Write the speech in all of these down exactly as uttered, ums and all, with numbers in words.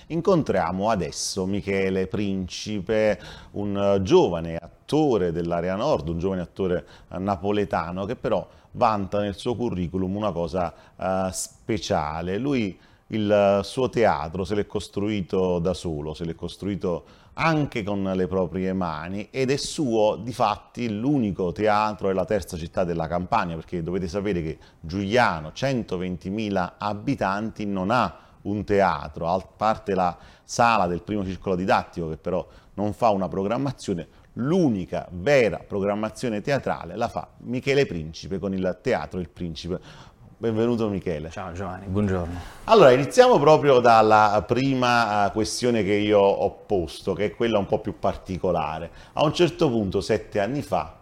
incontriamo adesso Michele Principe, un giovane attore dell'area nord, un giovane attore napoletano che però vanta nel suo curriculum una cosa uh, speciale. Lui il suo teatro se l'è costruito da solo, se l'è costruito anche con le proprie mani ed è suo difatti l'unico teatro e la terza città della Campania, perché dovete sapere che Giugliano, centoventimila abitanti, non ha un teatro, a parte la sala del primo circolo didattico che però non fa una programmazione. L'unica vera programmazione teatrale la fa Michele Principe con il Teatro Il Principe. Benvenuto Michele. Ciao Giovanni, buongiorno. Allora, iniziamo proprio dalla prima questione che io ho posto, che è quella un po' più particolare. A un certo punto, sette anni fa,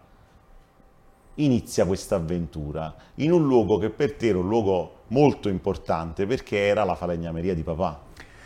inizia questa avventura in un luogo che per te era un luogo molto importante perché era la falegnameria di papà.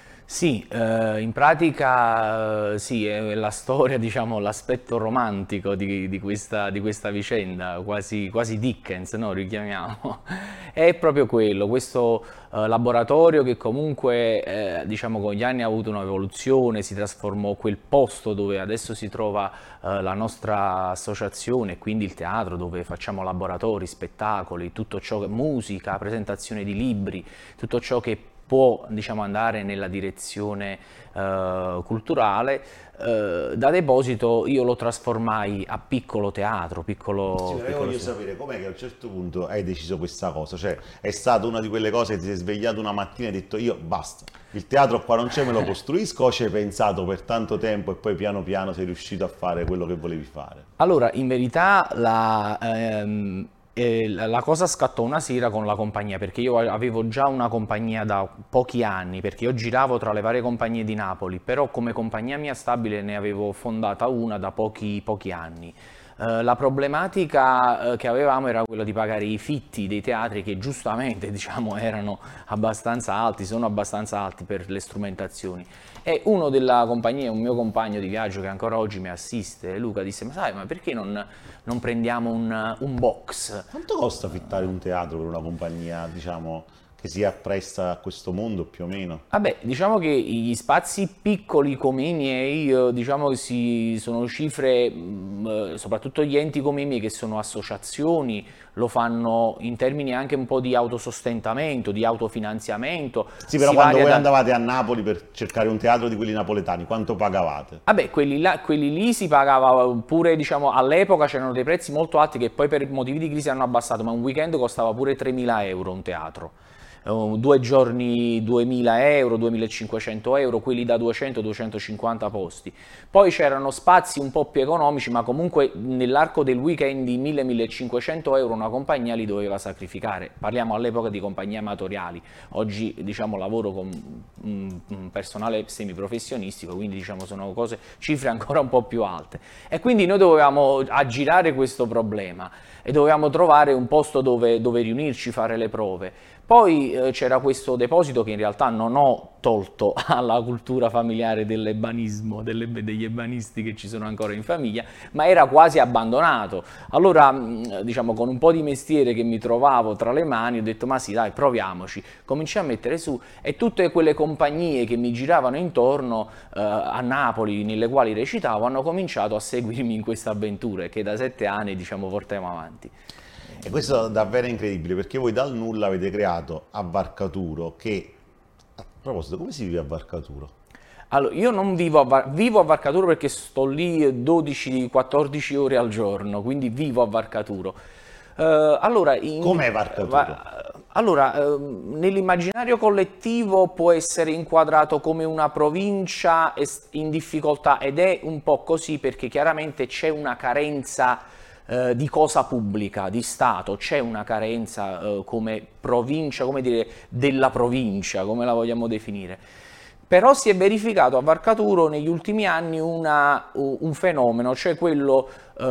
Sì, eh, in pratica eh, sì, è la storia, diciamo, l'aspetto romantico di, di, questa, di questa vicenda, quasi, quasi Dickens, no? Richiamiamo. È proprio quello, questo eh, laboratorio che comunque, eh, diciamo, con gli anni ha avuto un'evoluzione, si trasformò quel posto dove adesso si trova eh, la nostra associazione, quindi il teatro dove facciamo laboratori, spettacoli, tutto ciò che musica, presentazione di libri, tutto ciò che può, diciamo, andare nella direzione eh, culturale. Eh, da deposito io lo trasformai a piccolo teatro, piccolo... Sì, ma io piccolo voglio sapere com'è che a un certo punto hai deciso questa cosa, cioè è stata una di quelle cose che ti sei svegliato una mattina e hai detto io basta, il teatro qua non c'è, me lo costruisco, o ci hai pensato per tanto tempo e poi piano piano sei riuscito a fare quello che volevi fare? Allora, in verità la... Ehm, E la cosa scattò una sera con la compagnia, perché io avevo già una compagnia da pochi anni, perché io giravo tra le varie compagnie di Napoli, però come compagnia mia stabile ne avevo fondata una da pochi, pochi anni. Uh, la problematica uh, che avevamo era quella di pagare i fitti dei teatri che giustamente, diciamo, erano abbastanza alti, sono abbastanza alti per le strumentazioni. E uno della compagnia, un mio compagno di viaggio che ancora oggi mi assiste, Luca, disse: ma sai, ma perché non, non prendiamo un, un box? Quanto costa affittare un teatro per una compagnia, diciamo, che si appresta a questo mondo più o meno? Vabbè, diciamo che gli spazi piccoli come i miei, eh, diciamo che si, sono cifre, mh, soprattutto gli enti come i miei che sono associazioni, lo fanno in termini anche un po' di autosostentamento, di autofinanziamento. Sì, però Si quando varia voi da... andavate a Napoli per cercare un teatro di quelli napoletani, quanto pagavate? Vabbè, quelli, là, quelli lì si pagava pure, diciamo, all'epoca c'erano dei prezzi molto alti che poi per motivi di crisi hanno abbassato, ma un weekend costava pure tremila euro un teatro. Uh, due giorni duemila euro, duemilacinquecento euro, quelli da duecento duecentocinquanta posti. Poi c'erano spazi un po' più economici, ma comunque nell'arco del weekend di mille millecinquecento euro una compagnia li doveva sacrificare. Parliamo all'epoca di compagnie amatoriali. Oggi, diciamo, lavoro con un, un personale semiprofessionistico, quindi, diciamo, sono cose, cifre ancora un po' più alte. E quindi noi dovevamo aggirare questo problema e dovevamo trovare un posto dove, dove riunirci, fare le prove. Poi eh, c'era questo deposito che in realtà non ho tolto alla cultura familiare dell'ebanismo, delle, degli ebanisti che ci sono ancora in famiglia, ma era quasi abbandonato. Allora, mh, diciamo, con un po' di mestiere che mi trovavo tra le mani, ho detto: ma sì, dai, proviamoci. Cominciai a mettere su e tutte quelle compagnie che mi giravano intorno eh, a Napoli, nelle quali recitavo, hanno cominciato a seguirmi in questa avventura che da sette anni, diciamo, portiamo avanti. E questo è davvero incredibile perché voi dal nulla avete creato Avvarcaturo che, a proposito, come si vive a Varcaturo? Allora, io non vivo a, Var- vivo a Varcaturo perché sto lì dodici quattordici ore al giorno, quindi vivo a Varcaturo. Uh, allora, in, Com'è Varcaturo? Va, allora, uh, nell'immaginario collettivo può essere inquadrato come una provincia in difficoltà ed è un po' così perché chiaramente c'è una carenza Uh, di cosa pubblica, di Stato, c'è una carenza uh, come provincia, come dire, della provincia, come la vogliamo definire. Però si è verificato a Varcaturo negli ultimi anni una, un fenomeno, cioè quello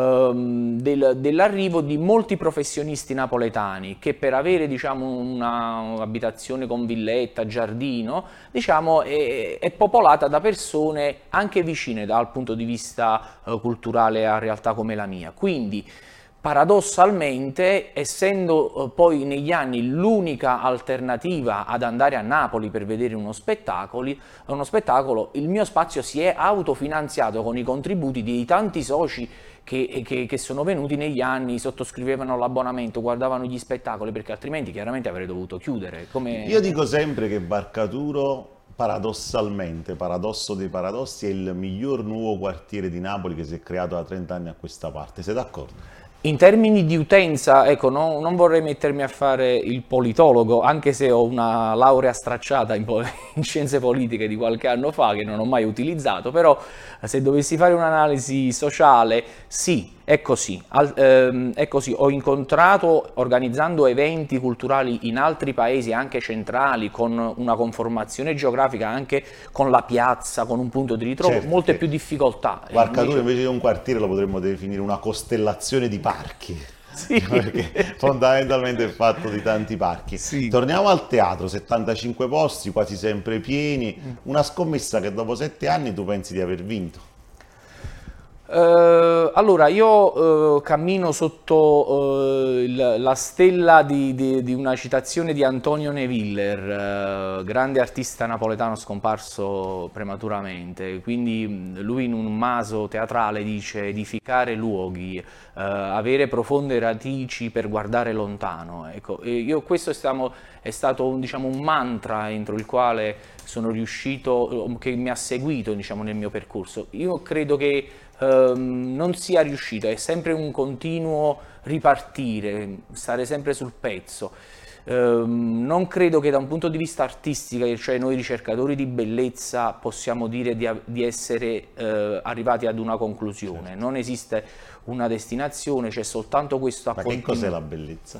um, del, dell'arrivo di molti professionisti napoletani che per avere, diciamo, un'abitazione con villetta, giardino, diciamo, è, è popolata da persone anche vicine dal punto di vista uh, culturale a realtà come la mia. Quindi paradossalmente, essendo eh, poi negli anni l'unica alternativa ad andare a Napoli per vedere uno spettacolo, uno spettacolo, il mio spazio si è autofinanziato con i contributi di tanti soci che, che, che sono venuti negli anni, sottoscrivevano l'abbonamento, guardavano gli spettacoli, perché altrimenti chiaramente avrei dovuto chiudere. Come... Io dico sempre che Barcaturo, paradossalmente, paradosso dei paradossi, è il miglior nuovo quartiere di Napoli che si è creato da trenta anni a questa parte. Sei d'accordo? In termini di utenza, ecco, no, non vorrei mettermi a fare il politologo, anche se ho una laurea stracciata in, in scienze politiche di qualche anno fa, che non ho mai utilizzato, però se dovessi fare un'analisi sociale, sì, è così. Al, ehm, è così. Ho incontrato, organizzando eventi culturali in altri paesi, anche centrali, con una conformazione geografica, anche con la piazza, con un punto di ritrovo, Certo, molte che più difficoltà. Barcaturo Invece... invece di un quartiere lo potremmo definire una costellazione di parchi. Sì. Perché fondamentalmente è fatto di tanti parchi. Sì. Torniamo al teatro, settantacinque posti, quasi sempre pieni, una scommessa che dopo sette anni tu pensi di aver vinto. Uh, allora, io uh, cammino sotto uh, il, la stella di, di, di una citazione di Antonio Neviller, uh, grande artista napoletano scomparso prematuramente. Quindi lui in un maso teatrale dice: edificare luoghi, uh, avere profonde radici per guardare lontano. Ecco, e io, questo è, stiamo, è stato un, diciamo, un mantra entro il quale sono riuscito, che mi ha seguito, diciamo, nel mio percorso. Io credo che Um, non sia riuscito, è sempre un continuo ripartire, stare sempre sul pezzo. Um, non credo che da un punto di vista artistico, cioè noi ricercatori di bellezza, possiamo dire di, di essere uh, arrivati ad una conclusione. Certo. Non esiste una destinazione, c'è soltanto questo. Ma che cos'è la bellezza?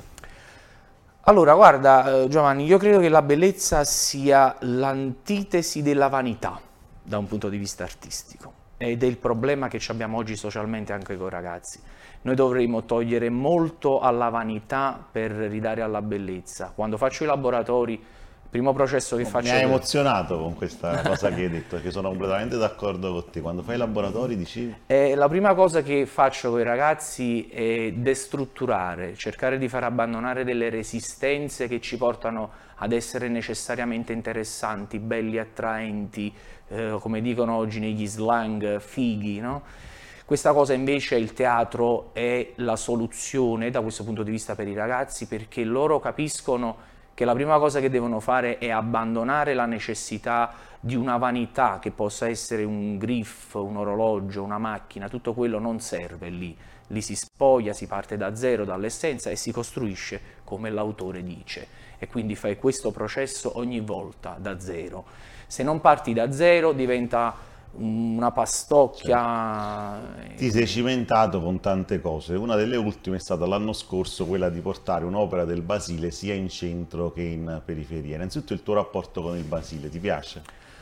Allora, guarda, Giovanni, io credo che la bellezza sia l'antitesi della vanità da un punto di vista artistico. Ed è il problema che abbiamo oggi socialmente anche con i ragazzi. Noi dovremmo togliere molto alla vanità per ridare alla bellezza. Quando faccio i laboratori, il primo processo che faccio... Mi hai emozionato con questa cosa che hai detto, perché sono completamente d'accordo con te. Quando fai i laboratori dici... Eh, la prima cosa che faccio con i ragazzi è destrutturare, cercare di far abbandonare delle resistenze che ci portano ad essere necessariamente interessanti, belli, attraenti, eh, come dicono oggi negli slang, fighi, no? Questa cosa invece il teatro è la soluzione da questo punto di vista per i ragazzi, perché loro capiscono che la prima cosa che devono fare è abbandonare la necessità di una vanità che possa essere un griff, un orologio, una macchina. Tutto quello non serve lì, lì si spoglia, si parte da zero, dall'essenza, e si costruisce come l'autore dice, e quindi fai questo processo ogni volta da zero. Se non parti da zero diventa una pastocchia. Certo. Ti sei cimentato con tante cose. Una delle ultime è stata l'anno scorso quella di portare un'opera del Basile sia in centro che in periferia. Innanzitutto il tuo rapporto con il Basile, ti piace?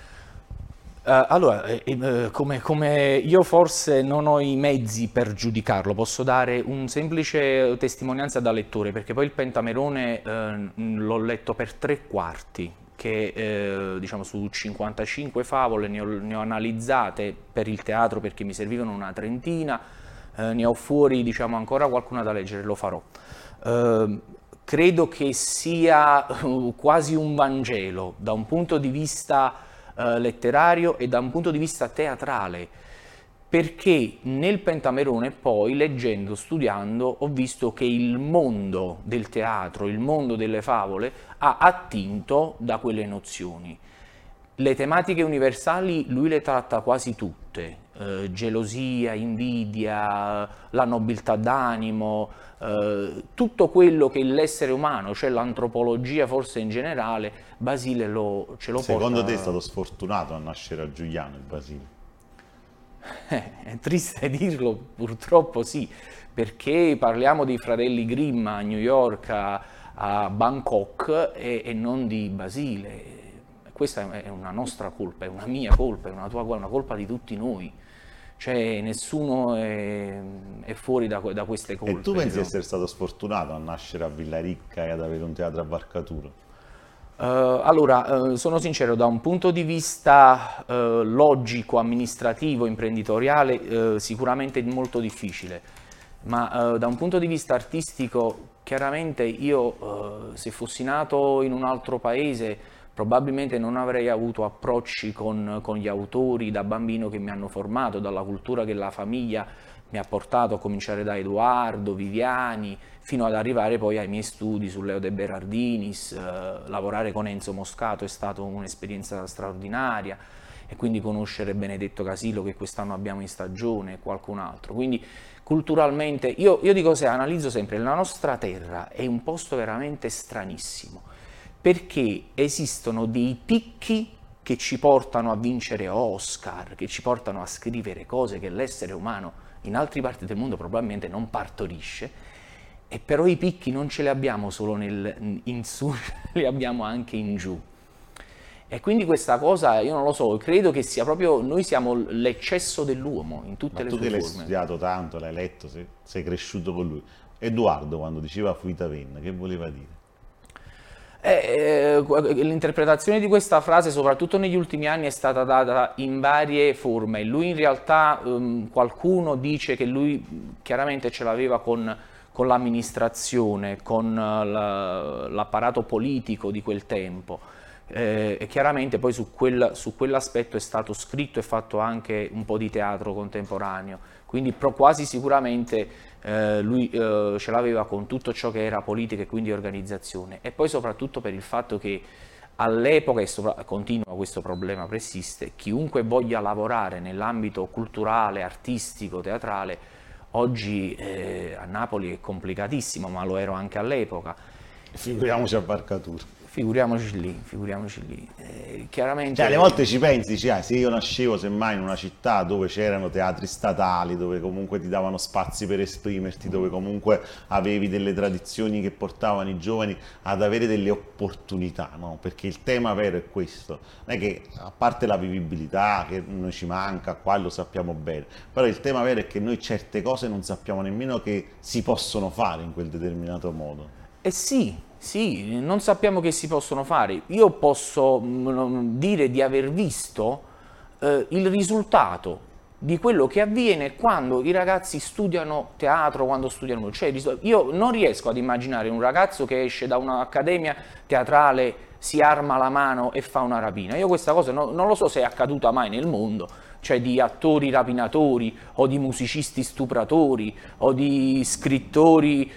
Uh, allora, eh, come, come io forse non ho i mezzi per giudicarlo, posso dare un semplice testimonianza da lettore, perché poi il Pentamerone eh, l'ho letto per tre quarti, che eh, diciamo su cinquantacinque favole ne ho, ne ho analizzate per il teatro, perché mi servivano una trentina, eh, ne ho fuori diciamo ancora qualcuna da leggere, lo farò. Uh, credo che sia uh, quasi un Vangelo da un punto di vista uh, letterario e da un punto di vista teatrale, perché nel Pentamerone poi, leggendo, studiando, ho visto che il mondo del teatro, il mondo delle favole, ha attinto da quelle nozioni. Le tematiche universali lui le tratta quasi tutte, eh, gelosia, invidia, la nobiltà d'animo, eh, tutto quello che l'essere umano, cioè l'antropologia forse in generale, Basile lo, ce lo porta. Secondo te è stato sfortunato a nascere a Giuliano il Basile? Eh, è triste dirlo, purtroppo sì, perché parliamo di fratelli Grimm a New York, a, a Bangkok e, e non di Basile. Questa è una nostra colpa, è una mia colpa, è una tua colpa, è una colpa di tutti noi. Cioè nessuno è, è fuori da, da queste colpe. E tu pensi no? di essere stato sfortunato a nascere a Villaricca e ad avere un teatro a Barcaturo? Uh, allora, uh, sono sincero, da un punto di vista uh, logico, amministrativo, imprenditoriale, uh, sicuramente molto difficile. ma uh, da un punto di vista artistico, chiaramente io uh, se fossi nato in un altro paese probabilmente non avrei avuto approcci con, con gli autori da bambino che mi hanno formato, dalla cultura che la famiglia mi ha portato, a cominciare da Edoardo, Viviani, fino ad arrivare poi ai miei studi su Leo de Berardinis. Uh, lavorare con Enzo Moscato è stata un'esperienza straordinaria, e quindi conoscere Benedetto Casillo, che quest'anno abbiamo in stagione, e qualcun altro. Quindi culturalmente, io, io dico, se analizzo sempre, la nostra terra è un posto veramente stranissimo, perché esistono dei picchi che ci portano a vincere Oscar, che ci portano a scrivere cose che l'essere umano in altre parti del mondo probabilmente non partorisce, e però i picchi non ce li abbiamo solo nel, in su, li abbiamo anche in giù. E quindi questa cosa, io non lo so, credo che sia proprio, noi siamo l'eccesso dell'uomo in tutte Ma le tu sue che l'hai forme. studiato tanto, l'hai letto, sei, sei cresciuto con lui. Edoardo, quando diceva Fuita Venna, che voleva dire? Eh, eh, l'interpretazione di questa frase, soprattutto negli ultimi anni, è stata data in varie forme. Lui in realtà, um, qualcuno dice che lui chiaramente ce l'aveva con, con l'amministrazione, con la, l'apparato politico di quel tempo. Eh, e chiaramente poi su, quel, su quell'aspetto è stato scritto e fatto anche un po' di teatro contemporaneo, quindi pro, quasi sicuramente eh, lui eh, ce l'aveva con tutto ciò che era politica e quindi organizzazione, e poi soprattutto per il fatto che all'epoca, e sopra, continua questo problema, persiste, chiunque voglia lavorare nell'ambito culturale, artistico, teatrale, oggi eh, a Napoli è complicatissimo, ma lo ero anche all'epoca. Figuriamoci a Barcatura. Figuriamoci lì, figuriamoci lì. Eh, chiaramente... Cioè, alle volte ci pensi, dici, ah, se io nascevo semmai in una città dove c'erano teatri statali, dove comunque ti davano spazi per esprimerti, dove comunque avevi delle tradizioni che portavano i giovani ad avere delle opportunità, no? Perché il tema vero è questo, non è che, a parte la vivibilità che noi ci manca, qua lo sappiamo bene, però il tema vero è che noi certe cose non sappiamo nemmeno che si possono fare in quel determinato modo. Eh sì, sì, non sappiamo che si possono fare. Io posso mh, dire di aver visto eh, il risultato di quello che avviene quando i ragazzi studiano teatro, quando studiano... Cioè, io non riesco ad immaginare un ragazzo che esce da un'accademia teatrale, si arma la mano e fa una rapina. Io questa cosa no, non lo so se è accaduta mai nel mondo, cioè di attori rapinatori o di musicisti stupratori o di scrittori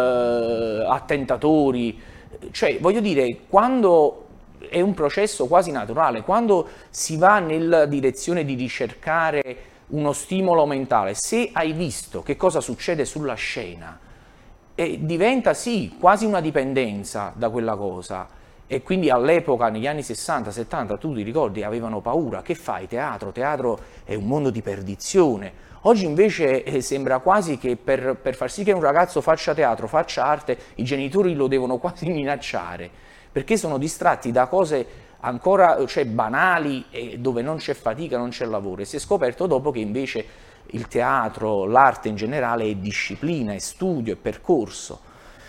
eh, attentatori. Cioè, voglio dire, quando è un processo quasi naturale, quando si va nella direzione di ricercare uno stimolo mentale, se hai visto che cosa succede sulla scena, e diventa sì quasi una dipendenza da quella cosa. E quindi all'epoca, negli anni sessanta settanta, tu ti ricordi, avevano paura. Che fai? Teatro? Teatro è un mondo di perdizione. Oggi invece eh, sembra quasi che per, per far sì che un ragazzo faccia teatro, faccia arte, i genitori lo devono quasi minacciare, perché sono distratti da cose ancora, cioè, banali, e dove non c'è fatica, non c'è lavoro. E si è scoperto dopo che invece il teatro, l'arte in generale è disciplina, è studio, è percorso.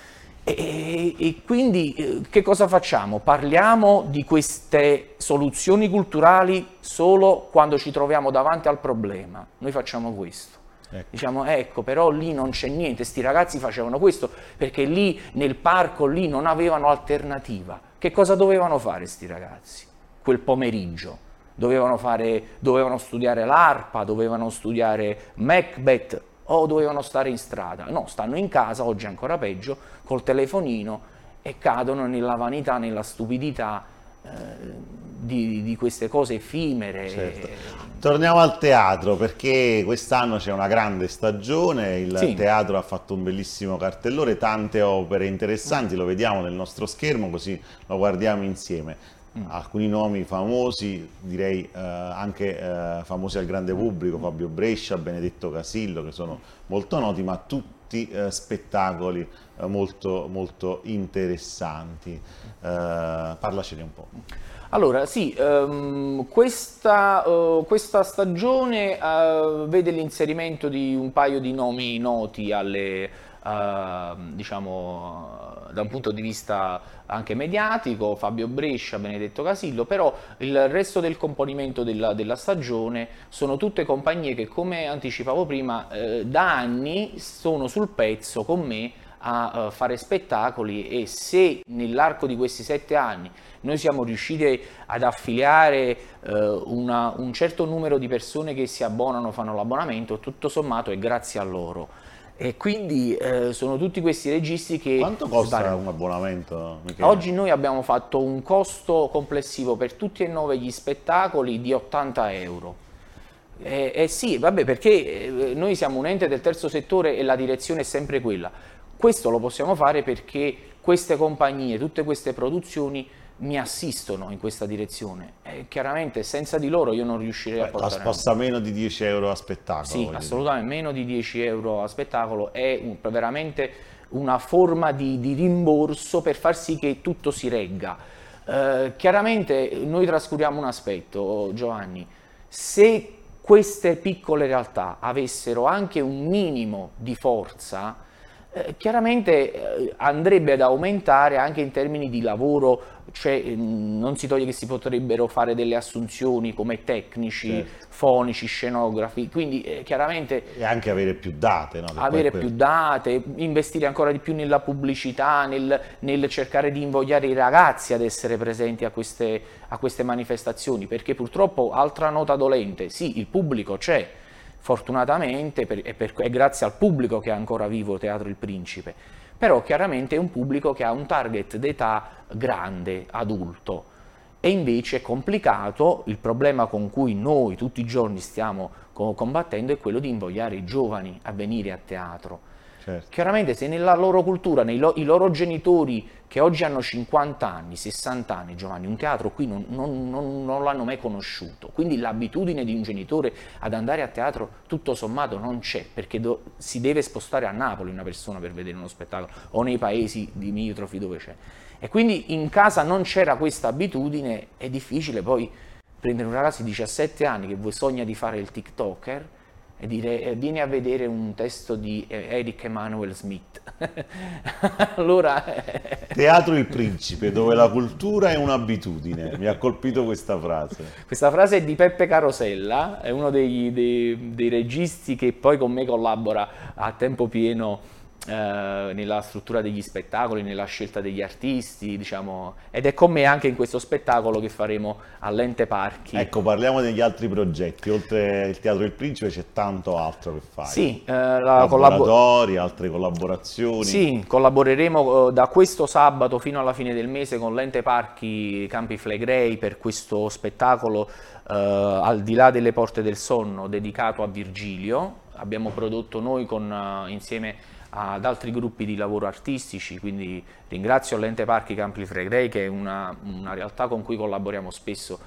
E, e quindi eh, che cosa facciamo? Parliamo di queste soluzioni culturali solo quando ci troviamo davanti al problema. Noi facciamo questo. Ecco. Diciamo, ecco, però lì non c'è niente, sti ragazzi facevano questo perché lì nel parco lì non avevano alternativa. Che cosa dovevano fare sti ragazzi quel pomeriggio? Dovevano fare, dovevano studiare l'arpa, dovevano studiare Macbeth, o dovevano stare in strada? No, stanno in casa, oggi è ancora peggio, col telefonino, e cadono nella vanità, nella stupidità eh, di, di queste cose effimere. Certo. Torniamo al teatro, perché quest'anno c'è una grande stagione, il sì. teatro ha fatto un bellissimo cartellone, tante opere interessanti, lo vediamo nel nostro schermo così lo guardiamo insieme. Alcuni nomi famosi, direi eh, anche eh, famosi al grande pubblico, Fabio Brescia, Benedetto Casillo, che sono molto noti, ma tutti eh, spettacoli eh, molto, molto interessanti. Eh, parlacene un po'. Allora, sì, um, questa, uh, questa stagione uh, vede l'inserimento di un paio di nomi noti alle, uh, eh, diciamo, da un punto di vista anche mediatico, Fabio Brescia, Benedetto Casillo, però il resto del componimento della, della stagione sono tutte compagnie che, come anticipavo prima, eh, da anni sono sul pezzo con me a uh, fare spettacoli, e se nell'arco di questi sette anni noi siamo riusciti ad affiliare uh, una, un certo numero di persone che si abbonano, fanno l'abbonamento, tutto sommato è grazie a loro. E quindi eh, sono tutti questi registi che... Quanto costa sbagliano. un abbonamento, Michele? Oggi noi abbiamo fatto un costo complessivo per tutti e nove gli spettacoli di ottanta euro. Eh, eh sì, vabbè, perché noi siamo un ente del terzo settore e la direzione è sempre quella. Questo lo possiamo fare perché queste compagnie, tutte queste produzioni mi assistono in questa direzione. E chiaramente senza di loro io non riuscirei Beh, a portare costa meno di dieci euro a spettacolo. Sì, assolutamente, dire. Meno di dieci euro a spettacolo è un, veramente una forma di, di rimborso per far sì che tutto si regga. Eh, chiaramente noi trascuriamo un aspetto, Giovanni: se queste piccole realtà avessero anche un minimo di forza, eh, chiaramente eh, andrebbe ad aumentare anche in termini di lavoro, cioè eh, non si toglie che si potrebbero fare delle assunzioni come tecnici, certo, fonici, scenografi, quindi eh, chiaramente... E anche avere più date, no? Avere più date, investire ancora di più nella pubblicità, nel, nel cercare di invogliare i ragazzi ad essere presenti a queste, a queste manifestazioni, perché purtroppo, altra nota dolente, sì, il pubblico c'è, fortunatamente, per, è, per, è grazie al pubblico che è ancora vivo Teatro Il Principe, però chiaramente è un pubblico che ha un target d'età grande, adulto, e invece è complicato. Il problema con cui noi tutti i giorni stiamo combattendo è quello di invogliare i giovani a venire a teatro. Certo. Chiaramente se nella loro cultura, nei lo, i loro genitori che oggi hanno cinquanta anni, sessanta anni, Giovanni, un teatro qui non, non, non, non l'hanno mai conosciuto, quindi l'abitudine di un genitore ad andare a teatro tutto sommato non c'è, perché do, si deve spostare a Napoli una persona per vedere uno spettacolo, o nei paesi limitrofi dove c'è. E quindi in casa non c'era questa abitudine, è difficile poi prendere un ragazzo di diciassette anni che sogna di fare il TikToker e dire eh, vieni a vedere un testo di Eric Emanuel Smith. Allora... Teatro Il Principe, dove la cultura è un'abitudine. Mi ha colpito questa frase. Questa frase è di Peppe Carosella, è uno dei, dei, dei registi che poi con me collabora a tempo pieno eh, nella struttura degli spettacoli, nella scelta degli artisti, diciamo, ed è con me anche in questo spettacolo che faremo all'Ente Parchi. Ecco, parliamo degli altri progetti. Oltre il Teatro Il Principe c'è tanto altro che fai. Sì, eh, laboratori, altre collaborazioni. Sì, collaboreremo eh, da questo sabato fino alla fine del mese con l'Ente Parchi Campi Flegrei per questo spettacolo eh, Al di là delle porte del sonno, dedicato a Virgilio. Abbiamo prodotto noi con, uh, insieme ad altri gruppi di lavoro artistici, quindi ringrazio l'Ente Parchi Campi Flegrei, che è una, una realtà con cui collaboriamo spesso.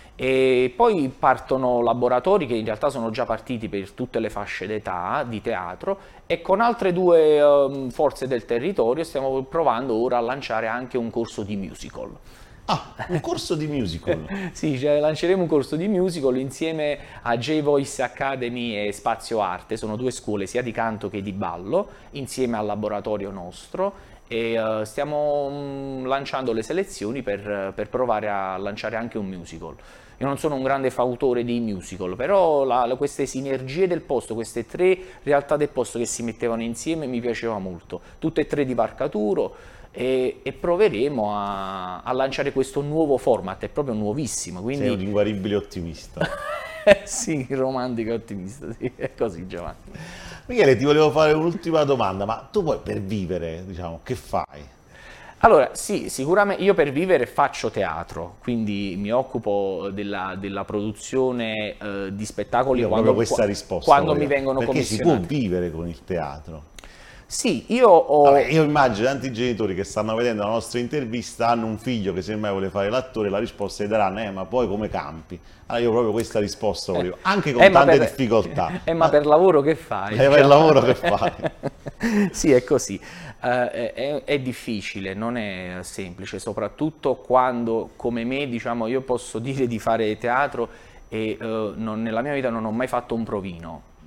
E poi partono laboratori che in realtà sono già partiti per tutte le fasce d'età di teatro, e con altre due um, forze del territorio stiamo provando ora a lanciare anche un corso di musical. Ah, un corso di musical? Sì, cioè, lanceremo un corso di musical insieme a J-Voice Academy e Spazio Arte, sono due scuole sia di canto che di ballo, insieme al laboratorio nostro, e uh, stiamo um, lanciando le selezioni per, per provare a lanciare anche un musical. Io non sono un grande fautore dei musical, però la, la, queste sinergie del posto, queste tre realtà del posto che si mettevano insieme mi piaceva molto, tutte e tre di Parcaturo. E, e proveremo a, a lanciare questo nuovo format, è proprio nuovissimo. Quindi... Sei un inguaribile ottimista. Sì, romantico e ottimista, sì, è così, Giovanni. Michele, ti volevo fare un'ultima domanda, ma tu poi per vivere, diciamo, che fai? Allora, sì, sicuramente io per vivere faccio teatro, quindi mi occupo della, della produzione eh, di spettacoli. Io quando, questa risposta quando mi vengono perché commissionati. Perché si può vivere con il teatro? Sì, io ho... Vabbè, io immagino tanti genitori che stanno vedendo la nostra intervista, hanno un figlio che semmai vuole fare l'attore, la risposta gli daranno, eh ma poi come campi? Allora io proprio questa risposta volevo, anche con eh, tante per... difficoltà. Eh ma per lavoro che fai? Eh, per il lavoro che fai? Sì, è così. Uh, è, è difficile, non è semplice, soprattutto quando, come me, diciamo, io posso dire di fare teatro e uh, non, nella mia vita non ho mai fatto un provino.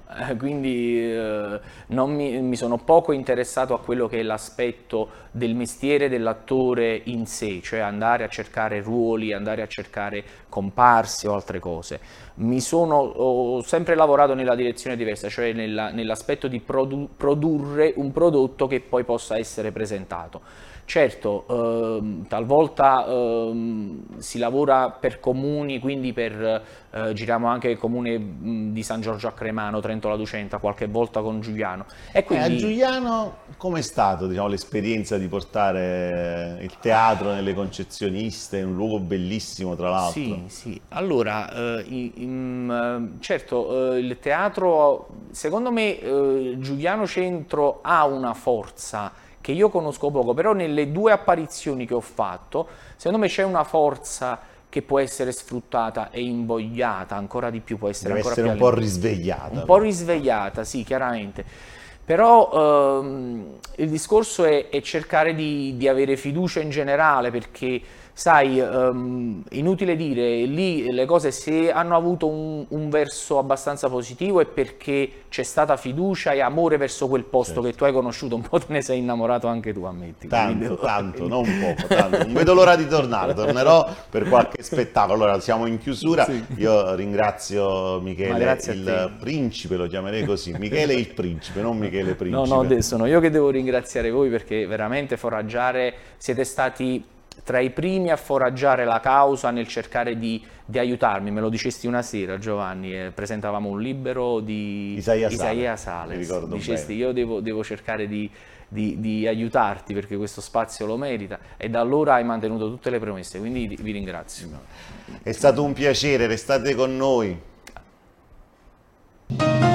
Eh, quindi eh, non mi, mi sono poco interessato a quello che è l'aspetto del mestiere dell'attore in sé, cioè andare a cercare ruoli, andare a cercare comparse o altre cose. Mi sono, ho sempre lavorato nella direzione diversa, cioè nella, nell'aspetto di produ- produrre un prodotto che poi possa essere presentato. Certo, ehm, talvolta ehm, si lavora per comuni, quindi per, eh, giriamo anche il comune mh, di San Giorgio a Cremano, Trento la Ducenta, qualche volta con Giuliano. E Eh, a quindi Giuliano com'è stato, diciamo, l'esperienza di portare il teatro nelle concezioniste, in un luogo bellissimo tra l'altro? sì, sì. Allora, eh, in- in- eh, certo, eh, il teatro, secondo me, eh, Giuliano Centro ha una forza che io conosco poco, però nelle due apparizioni che ho fatto, secondo me c'è una forza che può essere sfruttata e invogliata ancora di più, può essere Deve ancora essere più un po' all'interno. risvegliata. Un po' risvegliata, sì, chiaramente. Però ehm, il discorso è, è cercare di, di avere fiducia in generale, perché sai, ehm, inutile dire, lì le cose se hanno avuto un, un verso abbastanza positivo è perché c'è stata fiducia e amore verso quel posto Certo. che tu hai conosciuto, un po' te ne sei innamorato anche tu, ammetti. quindi Tanto, devo- tanto, non poco, tanto. Non vedo l'ora di tornare, tornerò per qualche spettacolo. Allora, siamo in chiusura. Sì. Io ringrazio Ma Michele, grazie a il te. principe, lo chiamerei così. Michele il principe, non Michele No, principe. no, de- sono io che devo ringraziare voi perché veramente foraggiare, siete stati tra i primi a foraggiare la causa nel cercare di, di aiutarmi. Me lo dicesti una sera, Giovanni, eh, presentavamo un libro di Isaia Sale, Isaia mi Sales. ricordo Dicesti bene. io devo, devo cercare di, di- di aiutarti perché questo spazio lo merita e da allora hai mantenuto tutte le promesse, quindi vi vi ringrazio. È stato un piacere, restate con noi.